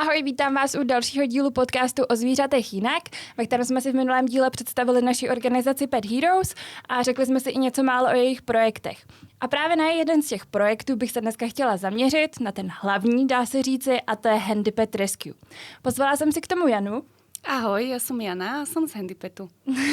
Ahoj, vítám vás u dalšího dílu podcastu o zvířatech jinak, ve kterém jsme si v minulém díle představili naši organizaci Pet Heroes a řekli jsme si i něco málo o jejich projektech. A právě na jeden z těch projektů bych se dneska chtěla zaměřit, na ten hlavní, dá se říci, a to je Handy Pet Rescue. Pozvala jsem si k tomu Janu. Ahoj, ja som Jana a som z Handypetu.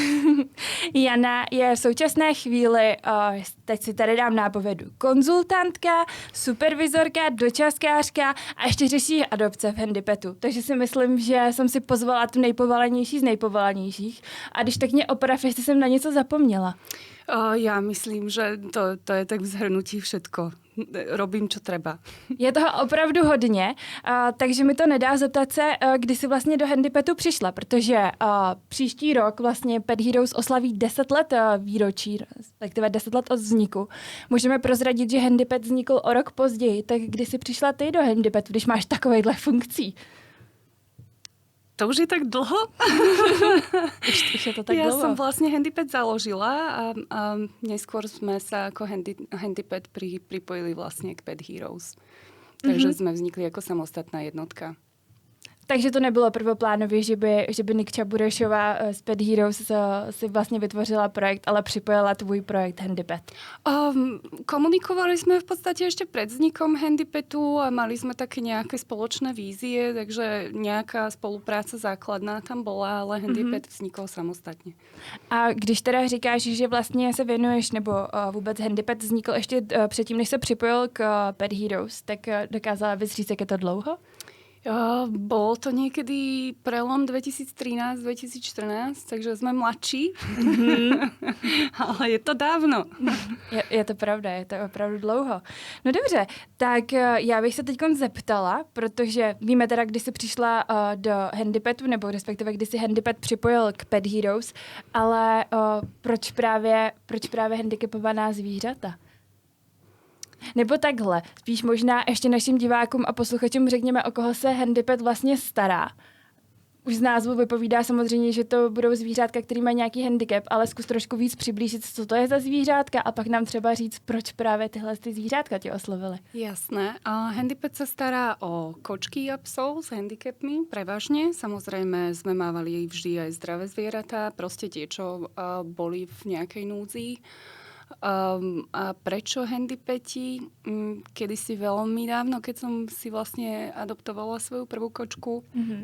Jana je v současné chvíli, teď si tady dám nápovědu, konzultantka, supervizorka, dočaskářka a ještě řeší adopce v Handypetu. Takže si myslím, že jsem si pozvala tu nejpovolanější z nejpovolanějších. A když tak mě oprav, jestli jsem na něco zapomněla. Ja myslím, že to je tak v zhrnutí všetko. Robím, čo treba. Je toho opravdu hodně, takže mi to nedá zeptat se, kdy jsi vlastně do Handypetu přišla, protože příští rok vlastně Pet Heroes oslaví 10 let výročí, respektive 10 let od vzniku. Můžeme prozradit, že Handypet vznikl o rok později, tak kdy jsi přišla ty do Handypetu, když máš takovejhle funkcí? To už je tak dlho? Už je to tak ja dlho. som vlastne Handypet založila a neskôr sme sa ako Handypet pripojili vlastne k Pet Heroes. Takže sme vznikli ako samostatná jednotka. Takže to nebylo prvoplánově, že by Nikča Burešová z Pet Heroes si vlastně vytvořila projekt, ale připojila tvůj projekt Handypet. Komunikovali sme v podstate ešte pred vznikom Handypetu a mali sme také nejaké spoločné vízie, takže nejaká spolupráca základná tam bola, ale Handypet vznikol samostatně. A když teda říkáš, že vlastně se věnuješ, nebo vůbec Handypet vznikl ještě předtím, než se připojil k Pet Heroes, tak dokázala bys říct, jak je to dlouho? Bolo to niekedy prelom 2013-2014, takže sme mladší, ale je to dávno. Je to pravda, je to opravdu dlouho. No dobře, tak já bych se teď zeptala, protože víme teda, kdy jsi přišla do Handypetu, nebo respektive kdy jsi Handypet připojil k Pet Heroes, ale proč právě handicapovaná zvířata? Nebo takhle, spíš možná ještě našim divákům a posluchačům řekněme, o koho se Handypet vlastně stará. Už z názvu vypovídá samozřejmě, že to budou zvířátka, který mají nějaký handicap, ale zkus trošku víc přiblížit, co to je za zvířátka a pak nám třeba říct, proč právě tyhle zvířátka tě oslovily. Jasné. Handypet sa stará o kočky a psov s handicapmi, prevažne. Samozrejme sme mávali vždy aj zdravé zvieratá, proste tie, čo boli v nejakej núdzi. A prečo Handypeti? Kedysi veľmi dávno, keď som si vlastne adoptovala svoju prvú kočku,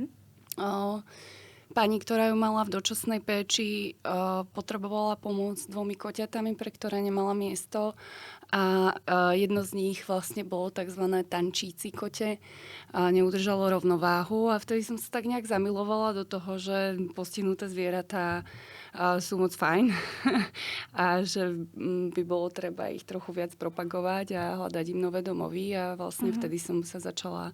pani, ktorá ju mala v dočasnej péči, potrebovala pomoc s 2 koťatami, pre ktoré nemala miesto a jedno z nich vlastne bolo takzvané tančíci kote a neudržalo rovnováhu a vtedy som sa tak nejak zamilovala do toho, že postihnuté zvieratá sú moc fajn a že by bolo treba ich trochu viac propagovať a hľadať im nové domovy a vlastne vtedy som sa začala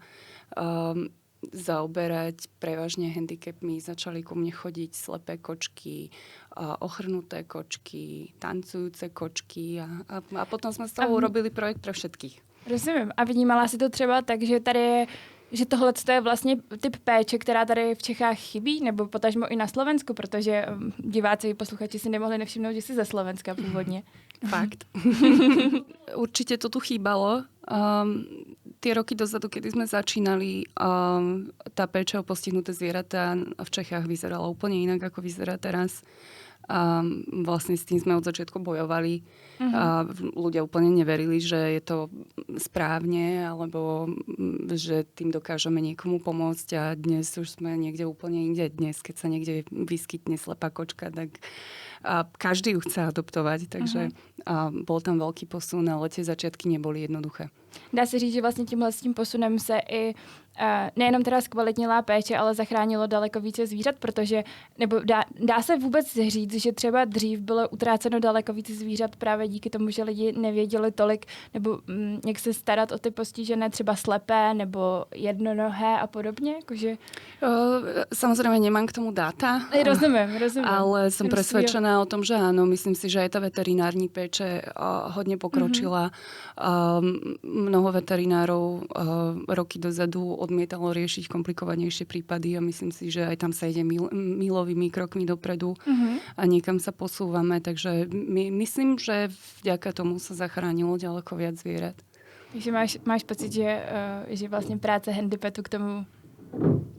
zaoberať prevažne handicapmi. Začali ku mne chodiť slepé kočky, ochrnuté kočky, tancujúce kočky a potom sme z toho urobili projekt pre všetkých. Rozumím. A vnímala si to třeba tak, že tady je, že tohle je vlastně typ péče, která tady v Čechách chybí, nebo potažmo i na Slovensku, protože diváci i posluchači si nemohli nevšimnout, že jsi ze Slovenska původně. Fakt. Určite to tu chýbalo. Tie roky dozadu, kedy sme začínali, tá péča o postihnuté zvieratá v Čechách vyzerala úplne inak, ako vyzerá teraz. Vlastne s tým sme od začiatku bojovali. Ľudia úplne neverili, že je to správne, alebo že tým dokážeme niekomu pomôcť a dnes už sme niekde úplne inde. Dnes, keď sa niekde vyskytne slepá kočka, tak každý ju chce adoptovať, takže bol tam veľký posun, ale tie začiatky neboli jednoduché. Dá se říct, že vlastně tímhle s tím posunem se i nejenom teda zkvalitnila péče, ale zachránilo daleko více zvířat, protože, nebo dá se vůbec říct, že třeba dřív bylo utráceno daleko více zvířat právě díky tomu, že lidi nevěděli tolik, nebo jak se starat o ty postižené, třeba slepé, nebo jednonohé a podobně, jakože... Samozrejme, nemám k tomu dáta. Rozumím. Ale som presvedčená o tom, že áno. Myslím si, že aj tá veterinární péče hodne pokročila. Mnoho veterinárov roky dozadu odmietalo riešiť komplikovanejšie prípady a myslím si, že aj tam sa ide milovými krokmi dopredu a niekam sa posúvame. Takže myslím, že vďaka tomu sa zachránilo ďaleko viac zvierat. Takže máš pocit, že vlastně práce Handypetu k tomu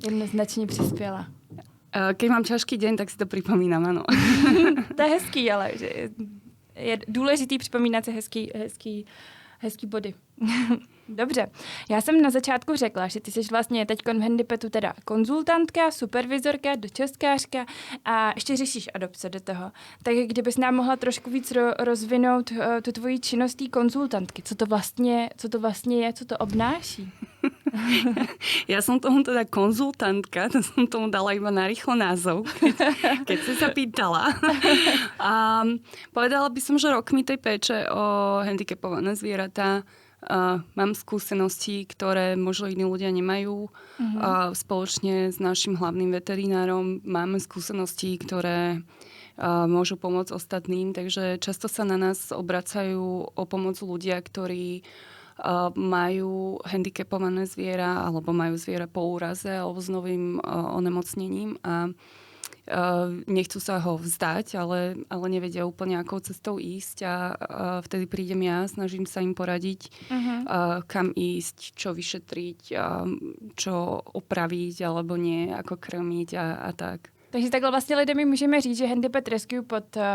jednoznačně přispěla. Keď mám ťažký deň, tak si to pripomínam, ano. To je hezký, ale že je důležitý připomínat si hezký body. Dobře. Já jsem na začátku řekla, že ty jsi vlastně teď v Handipetu teda konzultantka, supervizorka, dočaskářka a ještě řešíš adopce do toho. Tak kdybys nám mohla trošku víc rozvinout tu tvoji činnost té konzultantky. Co to vlastně je, co to obnáší? Ja som tomu teda konzultantka, to som tomu dala iba narýchlo názov, keď si sa pýtala. A povedala by som, že rokmi tej péče o handicapované zvieratá mám skúsenosti, ktoré možno iní ľudia nemajú. Spoločne s našim hlavným veterinárom máme skúsenosti, ktoré môžu pomôcť ostatným. Takže často sa na nás obracajú o pomoc ľudia, ktorí majú handicapované zviera alebo majú zviera po úraze alebo s novým onemocnením a nechcú sa ho vzdať, ale nevedia úplne, akou cestou ísť a vtedy prídem ja, snažím sa im poradiť, kam ísť, čo vyšetriť, čo opraviť alebo nie, ako krmiť a tak. Takže takhle vlastně lidem my můžeme říct, že Handipet Rescue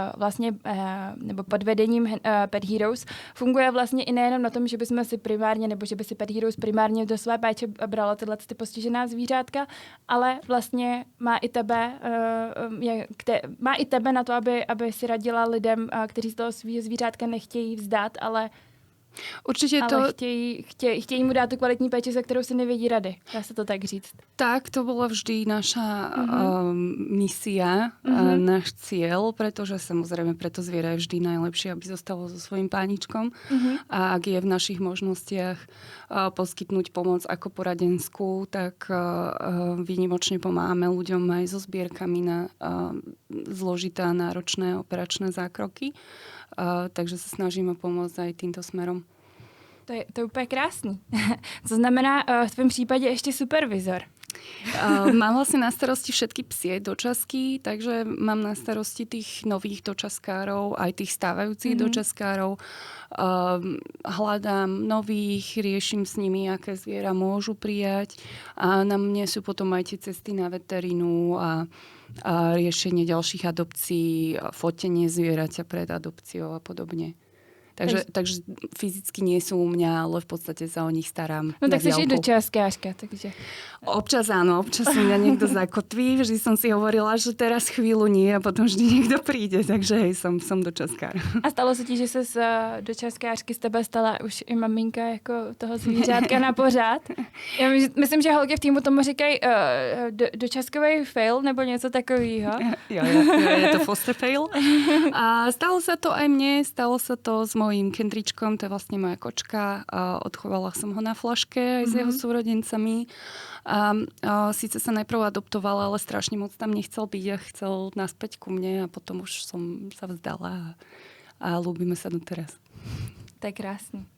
pod vedením Pet Heroes funguje vlastně i nejenom na tom, že bychom si primárně, nebo že by si Pet Heroes primárně do své péče bralo tyhle ty postižená zvířátka, ale vlastně má i tebe na to, aby si radila lidem, kteří z toho svého zvířátka nechtějí vzdát, ale určite ale chtějí mu dát tu kvalitní péči, za kterou si nevědí rady. Dá se to tak říct. Tak, to bola vždy naša misia, náš cieľ, pretože samozrejme pre to zviera je vždy najlepšie, aby zostalo so svojím páničkom. A ak je v našich možnostiach poskytnúť pomoc ako poradenskú, tak výnimočne pomáhame ľuďom aj so zbierkami na zložité a náročné operačné zákroky. Takže sa snažíme pomôcť aj týmto smerom. To je úplně krásný. Co znamená v tvém případě ještě supervizor? Mám vlastne na starosti všetky psie dočasky, takže mám na starosti tých nových dočaskárov, aj tých stávajúcich dočaskárov. Hľadám nových, riešim s nimi, aké zviera môžu prijať a na mne sú potom aj tie cesty na veterínu a riešenie ďalších adopcií, fotenie zvieraťa pred adopciou a podobne. Takže fyzicky nie sú u mňa, ale v podstate sa o nich starám. No tak jsi i dočaskářka, takže... Občas áno, občas u mňa niekto zakotví. Vždy som si hovorila, že teraz chvíľu nie a potom vždy niekto príde. Takže hej, som dočaskár. A stalo se ti, že se z dočaskářky z tebe stala už i maminka jako toho zvířátka na pořád? Já myslím, že holky v týmu tomu říkají dočaskový fail nebo něco takového. Jo, je to foster fail. A stalo sa to aj mne, stalo sa to s mojím Kendričkom, to je vlastne moja kočka. Odchovala som ho na flaške aj s jeho súrodencami. Síce sa najprv adoptovala, ale strašne moc tam nechcel byť a chcel naspäť ku mne a potom už som sa vzdala a ľúbime sa doteraz. To je krásný.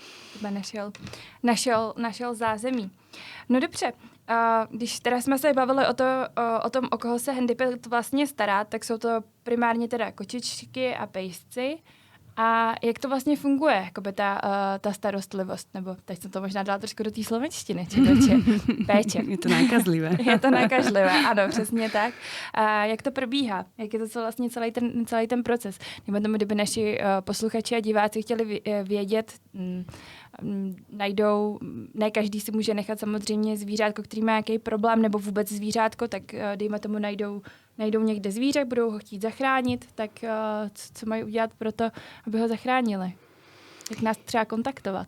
Našel zázemí. No dobře, když teda jsme se bavili o tom, o koho se Handipet vlastně stará, tak jsou to primárně teda kočičky a pejsci. A jak to vlastně funguje, jakoby ta starostlivost? Nebo teď jsem to možná dala trošku do té slovenštiny, péče. Je to nákazlivé. Je to nákazlivé, ano, přesně tak. A jak to probíhá? Jak je to vlastně celý ten proces? Nebo tomu, kdyby naši posluchači a diváci chtěli vědět, najdou, ne každý si může nechat samozřejmě zvířátko, který má nějaký problém, nebo vůbec zvířátko, tak dejme tomu najdou někde zvíře, budou ho chtít zachránit, tak co mají udělat pro to, aby ho zachránili? Jak nás třeba kontaktovat?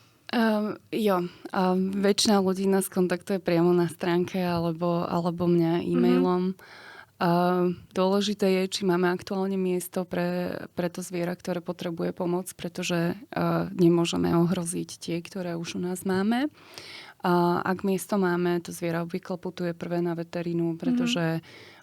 Väčšina ľudí nás kontaktuje priamo na stránke alebo mňa e-mailom. Dôležité je, či máme aktuálne miesto pre to zviera, ktoré potrebuje pomoc, pretože nemôžeme ohroziť tie, ktoré už u nás máme. Ak miesto máme, to zviera obvykle putuje prvé na veterínu, pretože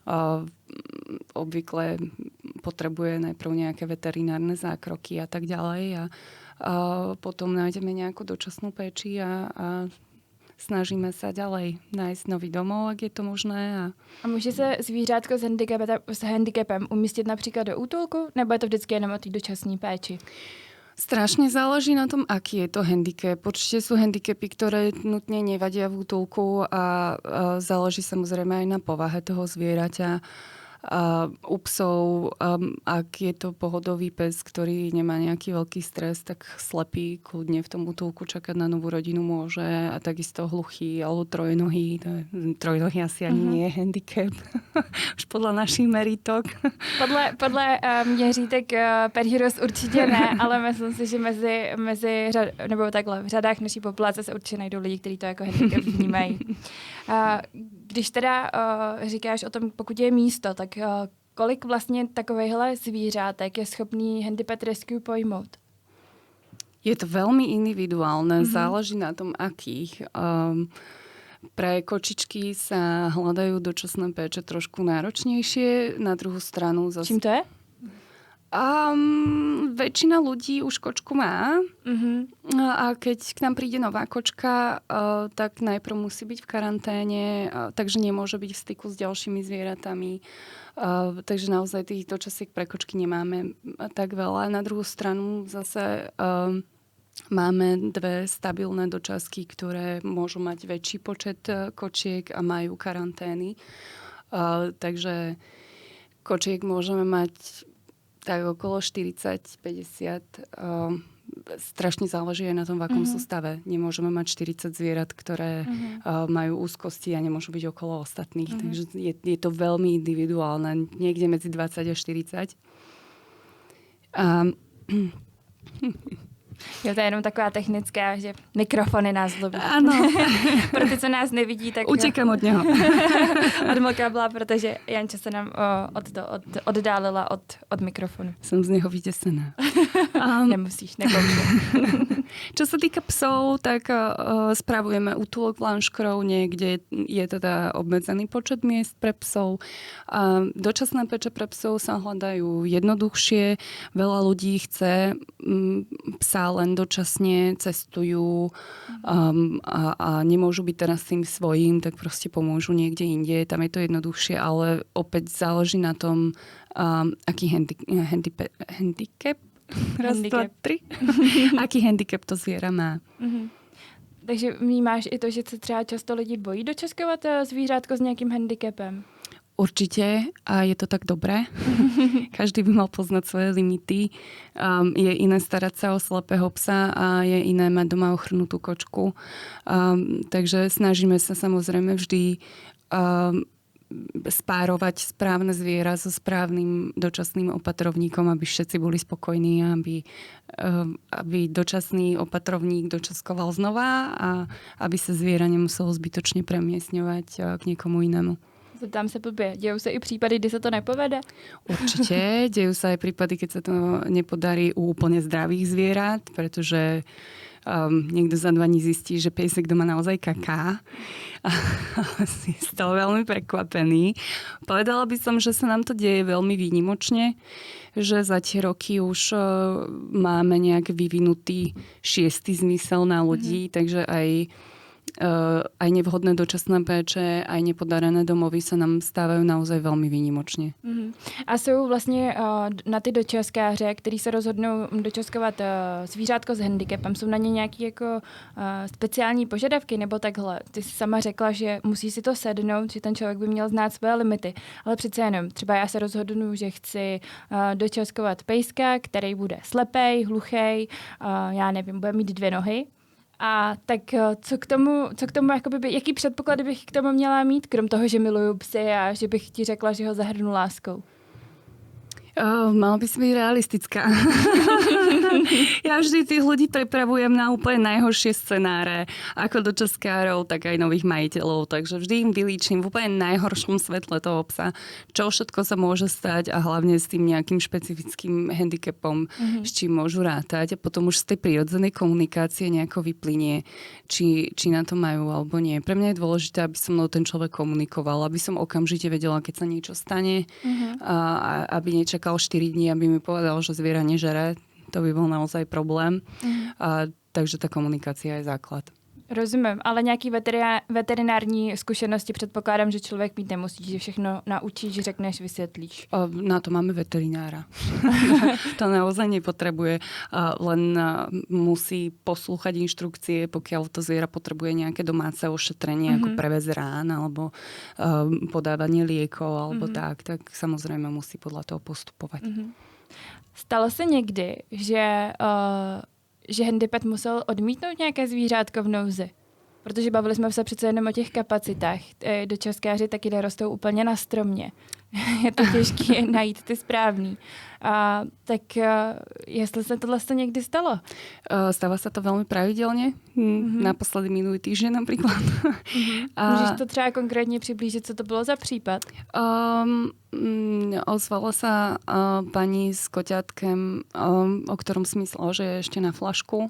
obvykle potrebuje najprv nejaké veterinárne zákroky a tak ďalej a potom nájdeme nejakú dočasnú péči a snažíme sa ďalej nájsť nový domov, ak je to možné. A může se zvířátko s handicapem umístit například do útulku, nebo je to vždycky jenom o té dočasné péči? Strašne záleží na tom, aký je to handicap. Určite sú handicapy, ktoré nutne nevadia v útulku a záleží samozrejme aj na povahe toho zvieraťa. U psov, ak je to pohodový pes, ktorý nemá nejaký veľký stres, tak slepý kľudne v tom útulku čakať na novú rodinu môže a takisto hluchý alebo trojnohý. Trojnohý asi ani nie je handicap. Už podľa našich meritok. Podle měřítek Pet Heroes určitě ne, ale myslím si, že nebo takhle, v řadách naší populace se určitě najdou lidi, kteří to jako handicap vnímají. Když teda říkáš o tom, pokud je místo, tak kolik vlastně takovejhle zvířátek je schopný Handypet Rescue pojmout? Je to veľmi individuálne, záleží na tom, akých. Pre kočičky sa hľadajú dočasné péče trošku náročnejšie. Na druhú stranu zase... Čím to je? Väčšina ľudí už kočku má a keď k nám príde nová kočka, tak najprv musí byť v karanténe, takže nemôže byť v styku s ďalšími zvieratami. Takže naozaj tých dočasiek pre kočky nemáme tak veľa. Na druhú stranu zase máme 2 stabilné dočasky, ktoré môžu mať väčší počet kočiek a majú karantény. Takže kočiek môžeme mať tak okolo 40-50. Strašne záleží aj na tom, v akom sú stave. Nemôžeme mať 40 zvierat, ktoré majú úzkosti a nemôžu byť okolo ostatných. Takže je to veľmi individuálne. Niekde medzi 20 a 40. Jo, to je jenom taková technická, že mikrofony nás zlobí. Ano. Pro ty, co nás nevidí, tak... Utekám od něho. Od kabla, protože Janča se nám oddálila od mikrofonu. Jsem z něho vyděsená. Nemusíš, nekoučuj. Čo sa týka psov, tak spravujeme útulok v Lanškrovne, kde je teda obmedzený počet miest pre psov. Dočasné peče pre psov sa hľadajú jednoduchšie. Veľa ľudí chce psa len dočasne, cestujú a nemôžu byť teraz tým svojím, tak proste pomôžu niekde inde. Tam je to jednoduchšie, ale opäť záleží na tom, aký handicap raz, dva, tři. Aký handicap to zviera má. Takže vnímáš i to, že se třeba často lidi bojí dočaskovat zvířátko s nějakým handicapem? Určite a je to tak dobré. Každý by mal poznať svoje limity. Je iné starať sa o slepého psa a je iné mať doma ochrnutú kočku. Takže snažíme sa samozrejme vždy spárovať správne zviera so správnym dočasným opatrovníkom, aby všetci boli spokojní, aby dočasný opatrovník dočaskoval znova a aby sa zviera nemuselo zbytočne premiestňovať k niekomu inému. Zeptám se blbě, dějou se i případy, kdy se to nepovede? Určite, dejú sa aj prípady, keď sa to nepodarí u úplne zdravých zvierat, pretože niekto za 2 dní zistí, že pejsek doma naozaj kaká. Si z toho veľmi prekvapený. Povedala by som, že sa nám to deje veľmi výnimočne, že za tie roky už máme nejak vyvinutý 6. zmysel na ľudí, takže aj nevhodné dočasné péče, aj nepodarené domovy sa nám stávajú naozaj veľmi výnimočne. A jsou vlastně na ty dočaskáře, kteří se rozhodnou dočaskovat zvířátko s handicapem, jsou na ně nějaké jako speciální požadavky nebo takhle? Ty jsi sama řekla, že musí si to sednout, že ten člověk by měl znát své limity, ale přece jenom, třeba já se rozhodnu, že chci dočaskovat pejska, který bude slepej, hluchej, já nevím, bude mít 2 nohy. A tak co k tomu jakoby, jaký předpoklady bych k tomu měla mít, krom toho, že miluju psy a že bych ti řekla, že ho zahrnu láskou? Mala by si byť realistická. Ja vždy tých ľudí prepravujem na úplne najhoršie scenáre, ako dočaskárov, tak aj nových majiteľov. Takže vždy im vylíčim v úplne najhoršom svetle toho psa, čo všetko sa môže stať a hlavne s tým nejakým špecifickým handicapom, s čím môžu rátať. A potom už z tej prírodzenej komunikácie nejako vyplynie, či na to majú alebo nie. Pre mňa je dôležité, aby so mnou ten človek komunikoval, aby som okamžite vedela, keď sa niečo stane, a aby nečakal 4 dní, aby mi povedal, že zviera nežere. To by bol naozaj problém. Takže tá komunikácia je základ. Rozumím, ale nějaký veterinární zkušenosti předpokládám, že člověk mít nemusí, že všechno naučíš, řekneš, vysvětlíš. Na to máme veterinára. To naozaj nepotrebuje, len musí poslúchať inštrukcie, pokiaľ to zviera potrebuje nejaké domáce ošetrenie, ako prevez rán, alebo podávanie liekov, alebo tak samozrejme musí podľa toho postupovať. Stalo se někdy, že handipet musel odmítnout nějaké zvířátko v nouzi? Protože bavili jsme se přece jenom o těch kapacitách. Dočaskáři taky nerostou úplně na stromě. Je to těžké najít ty správný. Tak jestli se tohle někdy stalo? Stáva sa to veľmi pravidelne. Naposledy minulý týždeň napríklad. Můžeš to třeba konkrétně přiblížit, co to bylo za případ? Ozvala sa pani s koťátkem, o ktorom si myslela, že je ešte na flašku.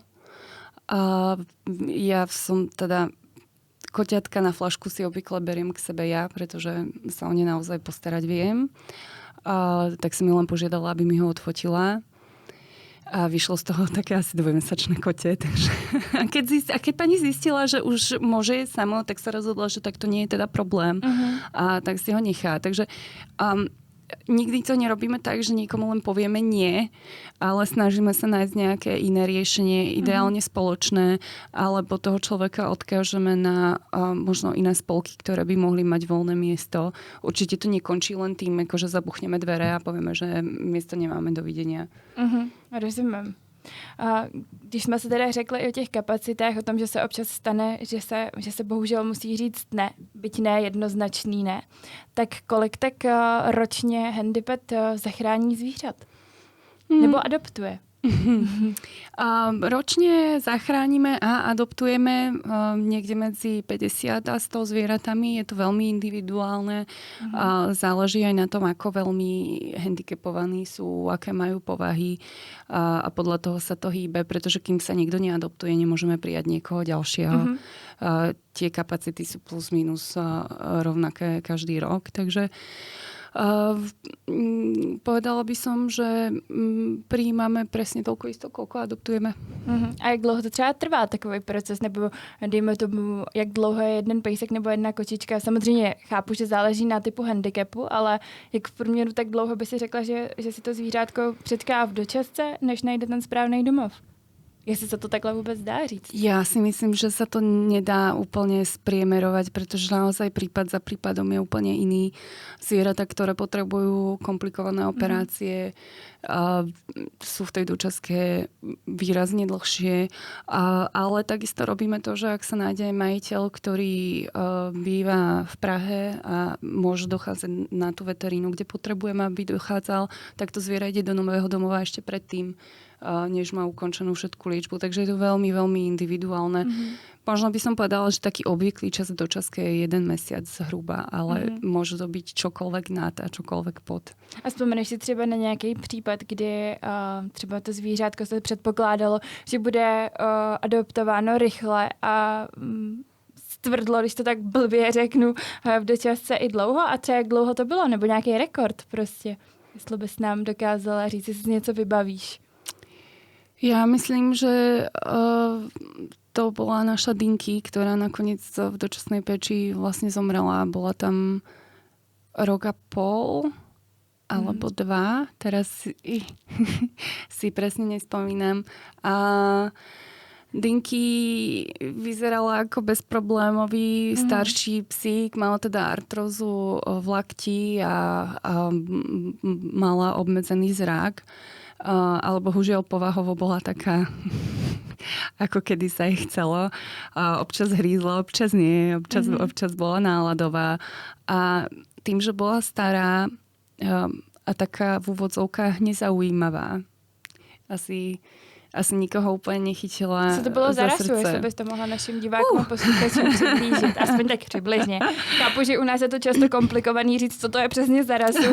Ja som teda koťatka na flašku si obvykle beriem k sebe ja, pretože sa o ne naozaj postarať viem. Tak som mi len požiadala, aby mi ho odfotila. A vyšlo z toho také asi 2-mesačné kote. Takže... A keď pani zistila, že už môže jesť samo, tak sa rozhodla, že tak to nie je teda problém. A tak si ho nechá. Takže nikdy to nerobíme tak, že nikomu len povieme nie, ale snažíme sa nájsť nejaké iné riešenie, ideálne spoločné, alebo toho človeka odkážeme na možno iné spolky, ktoré by mohli mať voľné miesto. Určite to nekončí len tým, že zabuchneme dvere a povieme, že miesto nemáme, dovidenia. Rozumím. Když jsme se teda řekli i o těch kapacitách, o tom, že se občas stane, že se bohužel musí říct ne, byť ne, jednoznačný ne, tak kolik tak ročně handipet zachrání zvířat? Nebo adoptuje? Ročne zachránime a adoptujeme niekde medzi 50 a 100 zvieratami. Je to veľmi individuálne. Záleží aj na tom, ako veľmi handicapovaní sú, aké majú povahy a podľa toho sa to hýbe, pretože kým sa niekto neadoptuje, nemôžeme prijať niekoho ďalšieho. Tie kapacity sú plus minus rovnaké každý rok, takže povedala by som, že prijímame presne toľko isto, koľko adoptujeme. A jak dlouho to třeba trvá takový proces, nebo dejme tomu, jak dlouho je jeden pejsek nebo jedna kočička? Samozřejmě chápu, že záleží na typu handicapu, ale jak v průměru tak dlouho by si řekla, že si to zvířátko přečká v dočasce, než najde ten správný domov? Jestli sa to takhle vôbec dá říct? Ja si myslím, že sa to nedá úplne spriemerovať, pretože naozaj prípad za prípadom je úplne iný. Zvieratá, ktoré potrebujú komplikované operácie, sú v tej dočaske výrazne dlhšie. Ale takisto robíme to, že ak sa nájde majiteľ, ktorý býva v Prahe a môže dochádzať na tú veterínu, kde potrebujeme, aby dochádzal, tak to zviera ide do nového domova ešte predtým, než má ukončenú všetku liečbu. Takže je to veľmi, veľmi individuálne. Možno by som povedala, že taký obvyklý čas v dočaske je 1 mesiac zhruba, ale môže to byť čokoľvek nad a čokoľvek pod. A vzpomeneš si třeba na nějaký případ, kdy třeba to zvířátko se předpokládalo, že bude adoptováno rychle a stvrdlo, když to tak blbě řeknu, v dočasce i dlouho, a třeba jak dlouho to bylo, nebo nějaký rekord prostě. Jestli bys nám dokázala říct, jestli si něco vybavíš. Ja myslím, že to bola naša Dinky, ktorá nakoniec v dočasnej peči vlastne zomrela. Bola tam 1,5 roka alebo 2. Teraz si presne nespomínam. A Dinky vyzerala ako bezproblémový starší psík. Mala teda artrózu v lakti a mala obmedzený zrak. Ale bohužiaľ povahovo bola taká, ako kedy sa jej chcelo. Občas hrízla, občas nie, občas bola náladová. A tým, že bola stará a taká v úvodzovkách nezaujímavá, asi nikoho úplně nechytila. Co to bylo za rasu, jestli bys to mohla našim divákům a posluchačům přiblížit? Aspoň tak přibližně. Chápu, že u nás je to často komplikovaný říct, co to je přesně za rasu.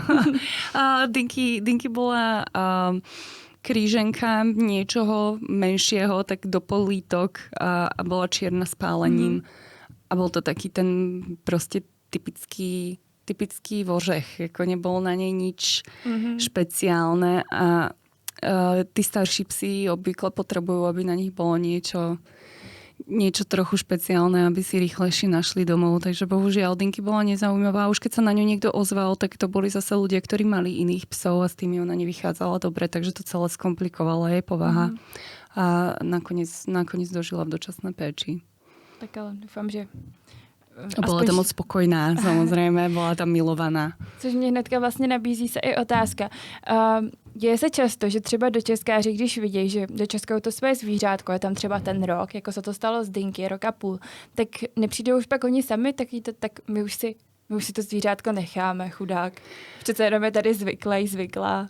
Dinky bola kríženka niečoho menšieho, tak do polítok a bola čierna s pálením. A bol to taký ten proste typický vořech. Jako nebolo na nej nič špeciálne a tí starší psi obvykle potrebujú, aby na nich bolo niečo niečo trochu špeciálne, aby si rýchlejšie našli domov. Takže bohužiaľ Dinky bola nezaujímavá. Už keď sa na ňu niekto ozval, tak to boli zase ľudia, ktorí mali iných psov a s tými ona nevychádzala dobre, takže to celé skomplikovala jej povaha. A nakoniec dožila v dočasnej péči. Tak ale doufám, že... A bola tam moc spokojná, samozřejmě, byla tam milovaná. Což mě hnedka vlastně nabízí se i otázka. Děje se často, že třeba dočeskáři, když vidějí, že dočeskou to své zvířátko, je tam třeba ten rok, jako se to stalo z Dinky, rok a půl, tak nepřijdou už pak oni sami, tak my už si to zvířátko necháme, chudák. Přece jenom je tady zvyklá.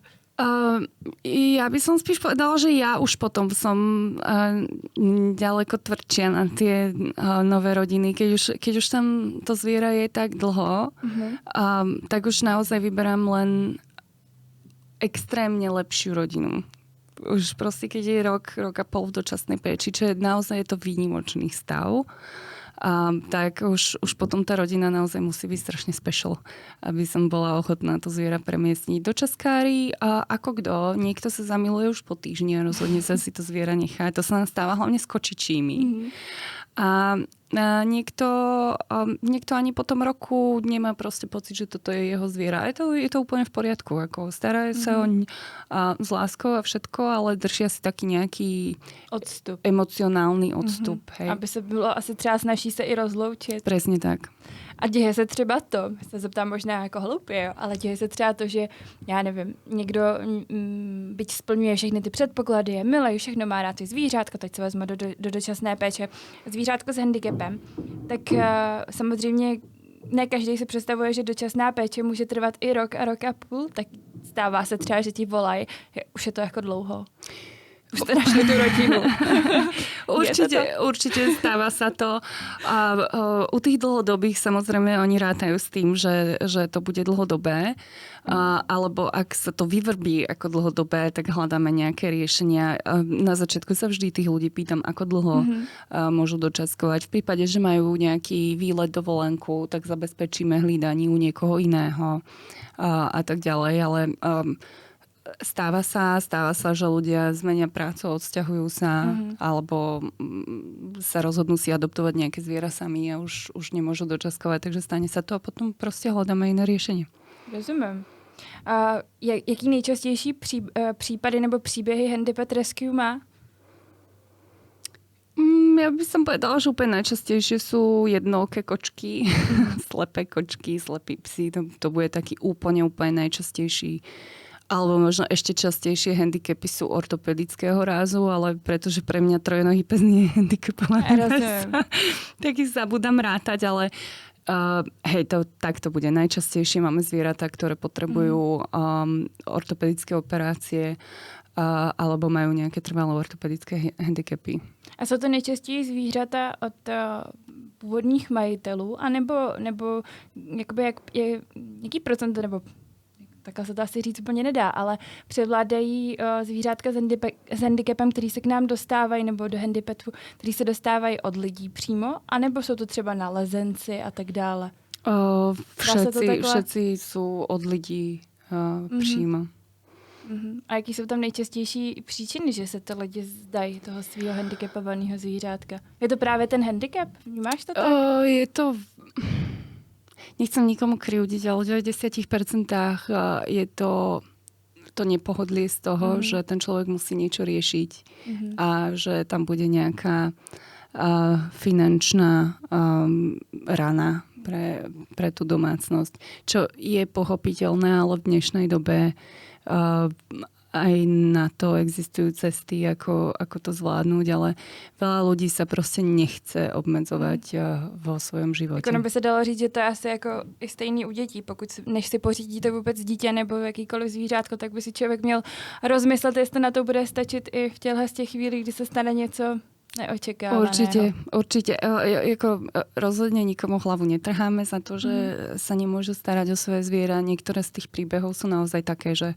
Ja by som spíš povedala, že ja už potom som ďaleko tvrdšia na tie nové rodiny. Keď už tam to zviera je tak dlho, tak už naozaj vyberám len extrémne lepšiu rodinu. Už proste, keď je rok a pol v dočasnej péči, čo je naozaj to výnimočný stav, tak už potom tá rodina naozaj musí byť strašne special, aby som bola ochotná to zviera premiestniť do Českári. A ako kto, niekto sa zamiluje už po týždni a rozhodne sa si to zviera nechá. To sa nám stáva hlavne s kočičími. A niekto ani po tom roku nemá proste pocit, že toto je jeho zviera. Je to úplne v poriadku. Ako starajú sa oň s láskou a všetko, ale držia si taký nejaký odstup. Emocionálny odstup. Hej. Aby se bylo asi třeba snaží se i rozloučit. Presne tak. A děje se třeba to, se zeptám možná jako hloupě, jo, ale děje se třeba to, že já nevím, někdo byť splňuje všechny ty předpoklady, je milej, všechno má rád ty zvířátka, teď se vezme do dočasné péče, zvířátko s handicapem, tak samozřejmě ne každý se představuje, že dočasná péče může trvat i rok a půl, tak stává se třeba, že ti volají, už je to jako dlouho. Už jste našli tu rodinu. Určite stáva sa to. A u tých dlhodobých samozrejme oni rátajú s tým, že to bude dlhodobé. Alebo ak sa to vyvrbí ako dlhodobé, tak hľadáme nejaké riešenia. Na začiatku sa vždy tých ľudí pýtam, ako dlho môžu dočaskovať. V prípade, že majú nejaký výlet, dovolenku, tak zabezpečíme hlídanie u niekoho iného a tak ďalej. Ale stáva sa, že ľudia zmenia prácu, odsťahujú sa, alebo sa rozhodnú si adoptovať nejaké zviera sami a už nemôžu dočaskovať, takže stane sa to a potom proste hľadáme iné riešenie. Rozumím. A jaký nejčastější případy nebo příběhy Handipet Rescue má? Ja by som povedala, že úplne najčastejšie sú jednooké kočky, slepé kočky, slepí psi, to bude taký úplne najčastejší. Alebo možno ešte častejšie handicapy sú ortopedického rázu, ale pretože pre mňa trojnohý pes nie je handicapovaný, tak ich zabudám rátať, ale tak to bude najčastejšie. Máme zvieratá, ktoré potrebujú ortopedické operácie alebo majú nejaké trvalé ortopedické handicapy. A jsou to nejčastěji zvířata od původních majitelů, anebo jakoby jaký procent, nebo takhle se to asi říct úplně nedá, ale převládají zvířátka s handicapem, který se k nám dostávají, nebo do handipetu, který se dostávají od lidí přímo, anebo jsou to třeba nalezenci a tak dále? Všetci jsou od lidí přímo. A jaký jsou tam nejčastější příčiny, že se to lidi zdají toho svého handicapovaného zvířátka? Je to právě ten handicap? Vnímáš to tak? Je to... Nechcem nikomu krivdiť, ale v 90% je to nepohodlie z toho, že ten človek musí niečo riešiť a že tam bude nejaká finančná rana pre tú domácnosť. Čo je pochopiteľné, ale v dnešnej dobe aj na to existujú cesty, ako to zvládnuť, ale veľa ľudí sa prostě nechce obmedzovať vo svojom životě. Jako by se dalo říct, že to je asi jako i stejný u dětí. Než si pořídíte vůbec dítě nebo jakýkoliv zvířátko, tak by si člověk měl rozmyslet, jestli na to bude stačit i v těch chvílích, kdy se stane něco neočekávaného. Určite. Jako rozhodne nikomu hlavu netrháme za to, že sa nemôžu starať o svoje zviera. Niektoré z tých príbehov sú naozaj také, že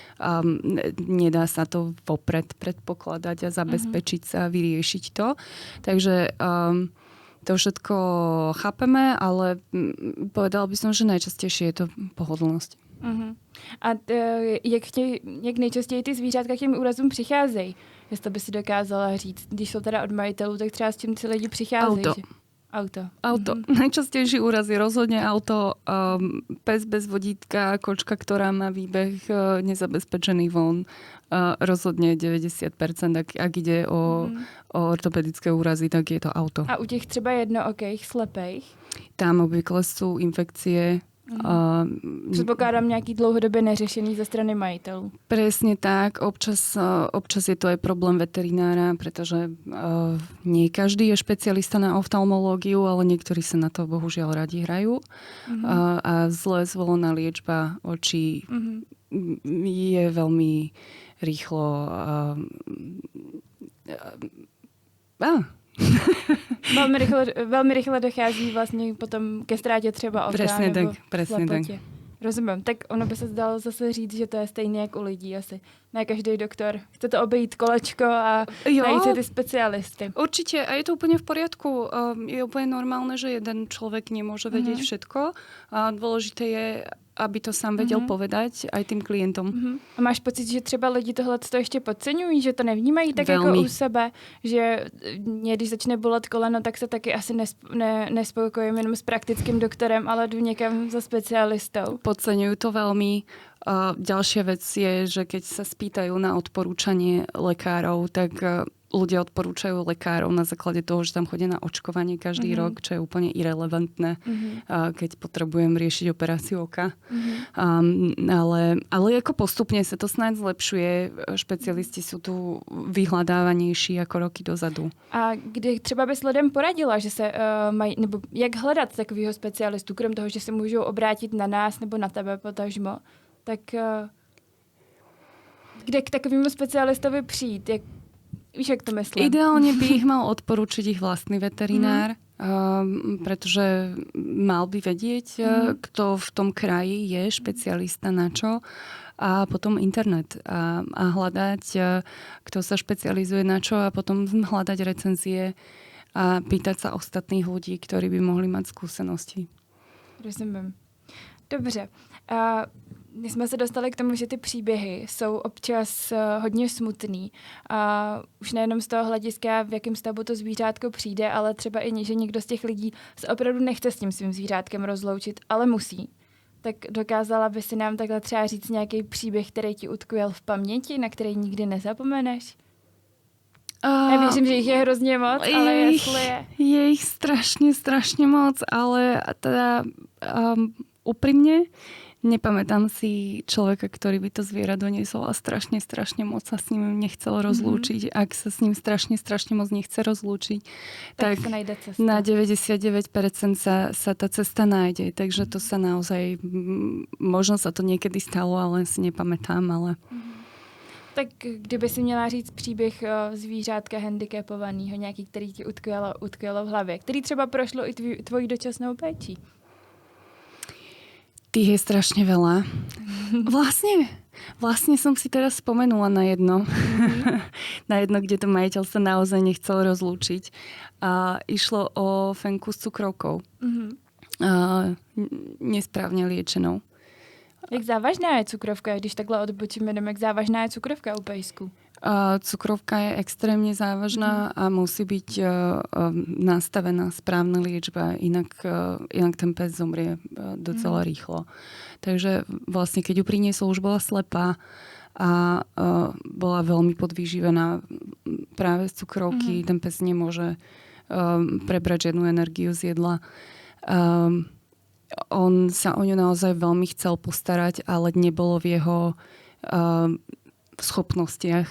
nedá sa to vopred predpokladať a zabezpečiť sa a vyriešiť to. Takže to všetko chápeme, ale povedala by som, že najčastejšie je to pohodlnosť. A jak nejčastěji ty zvířátka k těm úrazům přicházejí? Jestli by si dokázala říct, když jsou teda od majitelů, tak třeba s čím ty lidi přicházejí? Auto. Najčastejší úraz je rozhodne auto, pes bez vodítka, kočka, ktorá má výbeh nezabezpečený von. Rozhodne 90%, ak ide o ortopedické úrazy, tak je to auto. A u těch třeba jednookých, slepejch? Tam obvykle sú infekcie. Předpokládám nějaký dlouhodobě neřešený ze strany majitelů. Presne tak. Občas je to aj problém veterinára, pretože nie každý je špecialista na oftalmológiu, ale niektorí sa na to bohužiaľ radi hrajú. A zle zvolená liečba očí je veľmi rýchlo Velmi rychle dochází vlastně potom ke ztrátě třeba oka nebo slepotě. Rozumím. Tak ono by se zdalo zase říct, že to je stejné jak u lidí asi. Ne každý doktor chce to obejít kolečko a najít si ty specialisty. Určite. A je to úplne v poriadku. Je úplne normálne, že jeden človek nemôže vedieť všetko. A dôležité je, aby to sám vedel povedať aj tým klientom. A máš pocit, že třeba lidi tohle ještě podceňují, že to nevnímají tak jako u sebe, že mě, když začne bolet koleno, tak se taky asi nespokojím jenom s praktickým doktorem, ale jdu někam za specialistou. Podceňujú to veľmi. Ďalšia vec je, že keď sa spýtajú na odporúčanie lekárov, tak ľudia odporúčajú lekárov na základe toho, že tam chodia na očkovanie každý rok, čo je úplne irelevantné, keď potrebujem riešiť operáciu oka. Ale ako postupne sa to snáď zlepšuje. Špecialisti sú tu vyhľadávanejší ako roky dozadu. A kdy třeba bys lidem poradila, že se mají, nebo jak hledat takového specialistu, krom toho, že se můžou obrátit na nás nebo na tebe potažmo, tak kde k takovému specialistovi přijít? Víš, jak to myslím? Ideálne by ich mal odporúčiť ich vlastný veterinár, pretože mal by vedieť, kto v tom kraji je špecialista na čo. A potom internet a hľadať, kto sa špecializuje na čo a potom hľadať recenzie a pýtať sa ostatných ľudí, ktorí by mohli mať skúsenosti. Rozumím. Dobře. My jsme se dostali k tomu, že ty příběhy jsou občas hodně smutný. A už nejenom z toho hlediska, v jakém stavu to zvířátko přijde, ale třeba i, že někdo z těch lidí se opravdu nechce s tím svým zvířátkem rozloučit, ale musí. Tak dokázala by si nám takhle třeba říct nějaký příběh, který ti utkvěl v paměti, na který nikdy nezapomeneš? Já věřím, že jich je hrozně moc, ale jestli je. Je ich strašne moc, ale teda úprimne nepamätám si človeka, ktorý by to zviera doniesol a strašne moc sa s ním nechcel rozlúčiť. Ak sa s ním strašne moc nechce rozlúčiť, tak na 99% sa tá cesta nájde. Takže to sa naozaj, možno sa to niekedy stalo, ale si nepamätám, ale... Tak kdyby si měla říct příběh zvířátka handicapovaného, nějaký, který ti utkvělo v hlavě, který třeba prošlo i tvojí dočasnou péčí. Tých je strašne veľa. Vlastne som si teraz spomenula na jedno. Na jedno, kde to majiteľ sa naozaj nechcel rozlúčiť. A išlo o fenku s cukrovkou. Nesprávne liečenou. Jak závažná je cukrovka, když takhle odbočíme, jak závažná je cukrovka u pejsku? Cukrovka je extrémne závažná a musí byť nastavená správna liečba, inak ten pes zomrie docela rýchlo. Takže vlastne, keď ju priniesol, už bola slepá a bola veľmi podvýživená práve z cukrovky. Ten pes nemôže prebrať žiadnu energiu z jedla. On sa o ňu naozaj veľmi chcel postarať, ale nebolo v jeho schopnostiach.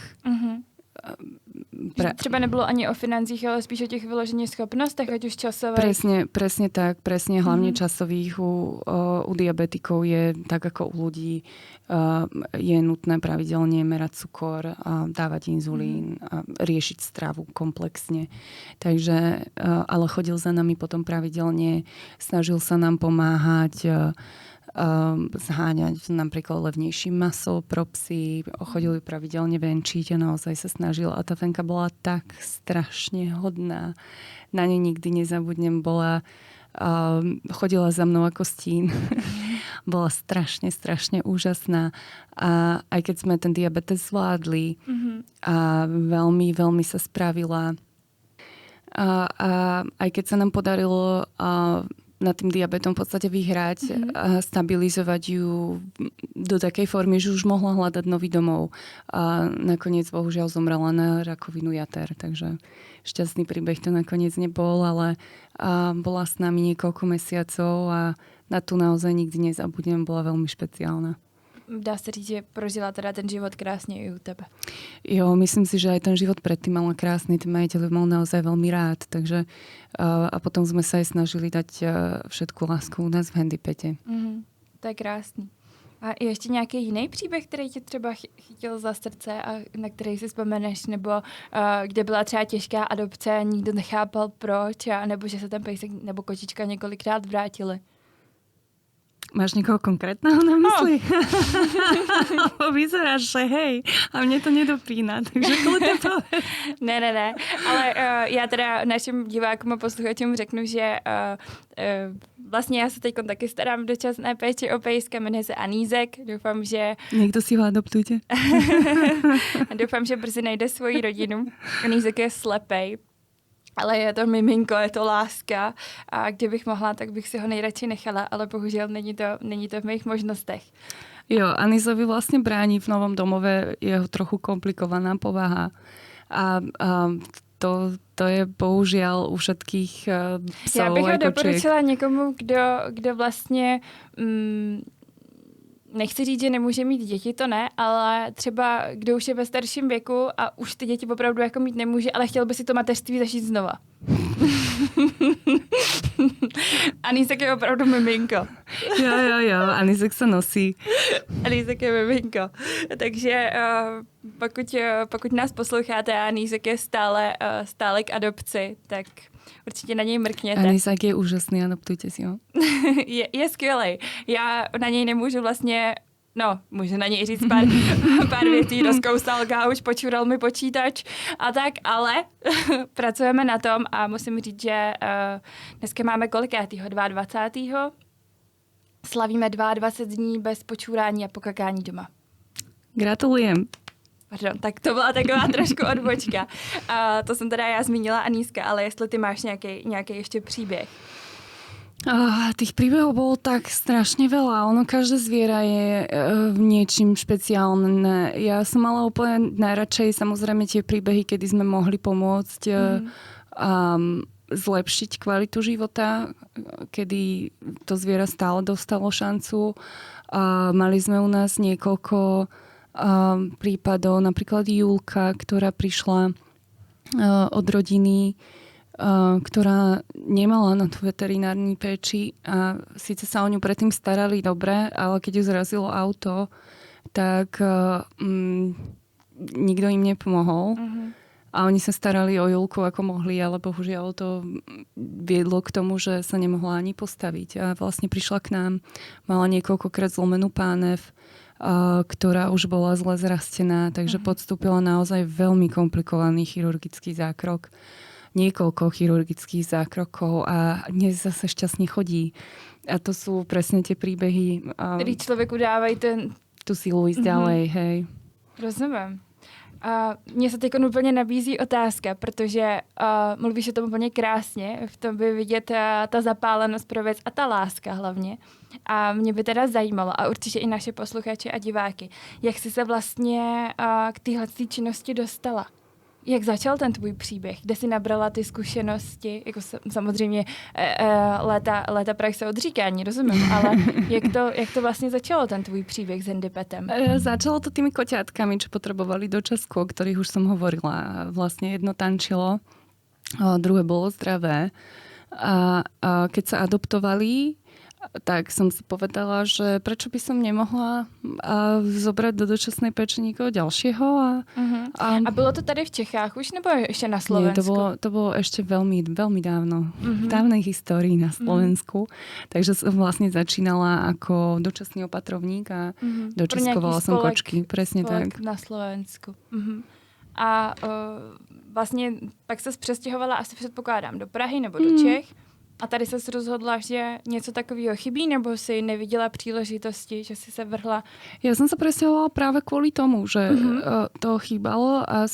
Třeba nebylo ani o financích, ale spíš o těch vyložených schopnostech, ať už časové. Presne tak, hlavne časových. U diabetikov je tak ako u ľudí, je nutné pravidelne merať cukor, a dávať inzulín a riešiť stravu komplexne. Takže, ale chodil za nami potom pravidelne, snažil sa nám pomáhať, zháňať napríklad levnejší maso pro psy, chodili pravidelne venčiť a naozaj sa snažil. A tá fenka bola tak strašne hodná. Na ňu nikdy nezabudnem. Chodila za mnou ako stín. bola strašne úžasná. A aj keď sme ten diabetes zvládli a veľmi, veľmi sa spravila. A aj keď sa nám podarilo nad tým diabetom v podstate vyhrať a stabilizovať ju do takej formy, že už mohla hľadať nový domov. A nakoniec bohužiaľ zomrela na rakovinu jater, takže šťastný príbeh to nakoniec nebol, ale bola s nami niekoľko mesiacov a na tu naozaj nikdy nezabudnem, bola veľmi špeciálna. Dá se říct, že prožila teda ten život krásně i u tebe. Jo, myslím si, že aj ten život predtým mala krásny, ten majiteľ mal naozaj veľmi rád, takže a potom sme sa aj snažili dať všetku lásku u nás v handipete. To je krásný. A ještě nějaký jiný příběh, který tě třeba chytil za srdce a na který si vzpomeneš, nebo kde byla třeba těžká adopce a nikdo nechápal proč, a nebo že se ten pejsek nebo kočička několikrát vrátili? Máš niekoho konkrétneho na mysli? Vyzeráš, že hej, a mne to nedopína, takže kľudne povedz. Ne, ale já teda našim divákům a posluchačům řeknu, že vlastně já se teď taky starám dočasné péči o pejska, jmenuje se Anízek, doufám, že... Niekto si ho adoptujte. Doufám, že brzy najde svoji rodinu. Anízek je slepej. Ale je to miminko, je to láska a kdybych mohla, tak bych si ho nejradši nechala, ale bohužel není to v mých možnostech. Jo, Anizovi vlastne bráni v novom domove jeho trochu komplikovaná povaha a to je bohužiaľ u všetkých psov. Já bych ho doporučila někomu, kdo vlastně... Nechci říct, že nemůže mít děti, to ne, ale třeba kdo už je ve starším věku a už ty děti opravdu jako mít nemůže, ale chtěl by si to mateřství zažít znova. Anízek je opravdu miminko. Jo, Anízek se nosí. Anízek je miminko. Takže pokud nás posloucháte a Anízek je stále k adopci, tak určitě na něj mrkněte. Anízek je úžasný, adoptujte si ho. je skvělej. Já na něj nemůžu vlastně... No, můžu na něj říct pár věcí, rozkousal gauč, počural mi počítač a tak, ale pracujeme na tom a musím říct, že dneska máme kolikátýho? 22. Slavíme 22 dní bez počurání a pokakání doma. Gratulujem. Pardon, tak to byla taková trošku odbočka. To jsem teda já zmínila Anízka, ale jestli ty máš nějaký ještě příběh. Tých príbehov bolo tak strašne veľa. Ono, každé zviera je niečím špeciálne. Ja som mala úplne najradšej samozrejme tie príbehy, kedy sme mohli pomôcť zlepšiť kvalitu života, kedy to zviera stále dostalo šancu. Mali sme u nás niekoľko prípadov, napríklad Julka, ktorá prišla od rodiny, ktorá nemala na tú veterinárnu péči a síce sa o ňu predtým starali dobre, ale keď ju zrazilo auto, tak nikto im nepomohol. A oni sa starali o Julku ako mohli, ale bohužiaľ to viedlo k tomu, že sa nemohla ani postaviť. A vlastne prišla k nám, mala niekoľkokrát zlomenú pánev, ktorá už bola zle zrastená, takže podstúpila naozaj veľmi komplikovaný chirurgický zákrok. Niekoľko chirurgických zákrokov a dnes zase šťastne chodí. A to sú presne tie príbehy. Který člověku dávají tu silu ísť ďalej, hej. Rozumím. Mně se teď úplně nabízí otázka, protože mluvíš o tom úplně krásně, v tom by vidět ta zapálenost pro věc a ta láska hlavně. A mě by teda zajímalo, a určitě i naše posluchače a diváky, jak jsi se vlastně k téhle činnosti dostala? Jak začal ten tvůj příběh? Kde jsi nabrala ty zkušenosti? Jako samozřejmě léta praxe odříkání, rozumím, ale jak to vlastně začalo, ten tvůj příběh s handipetem? Začalo to tými koťátkami, čo potrebovali dočasku, o ktorých už som hovorila. Vlastne jedno tančilo, druhé bolo zdravé. A keď sa adoptovali, tak som si povedala, že prečo by som nemohla zobrať do dočasnej péče niekoho ďalšieho. A bylo to tady v Čechách už, nebo ještě na Slovensku? Nie, to bolo ešte veľmi, veľmi dávno. V dávnej histórii na Slovensku. Takže som vlastne začínala ako dočasný opatrovník a dočaskovala som kočky. Presne tak. Na Slovensku. A vlastně pak se přestěhovala asi předpokládám do Prahy nebo do Čech. A tady ses rozhodla, že něco takového chybí, nebo si neviděla příležitosti, že si se vrhla? Ja som sa presťahovala práve kvôli tomu, že to chýbalo a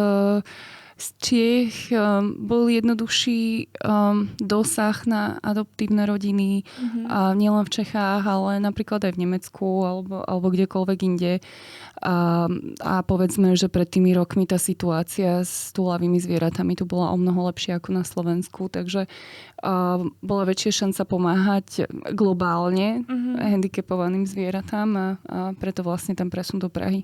z Čiech bol jednoduchší dosah na adoptívne rodiny, a nielen v Čechách, ale napríklad aj v Nemecku alebo kdekoľvek inde. A povedzme, že pred tými rokmi tá situácia s túlavými zvieratami tu bola o mnoho lepšia ako na Slovensku, takže bola väčšia šanca pomáhať globálne handicapovaným zvieratám a preto vlastne ten presun do Prahy.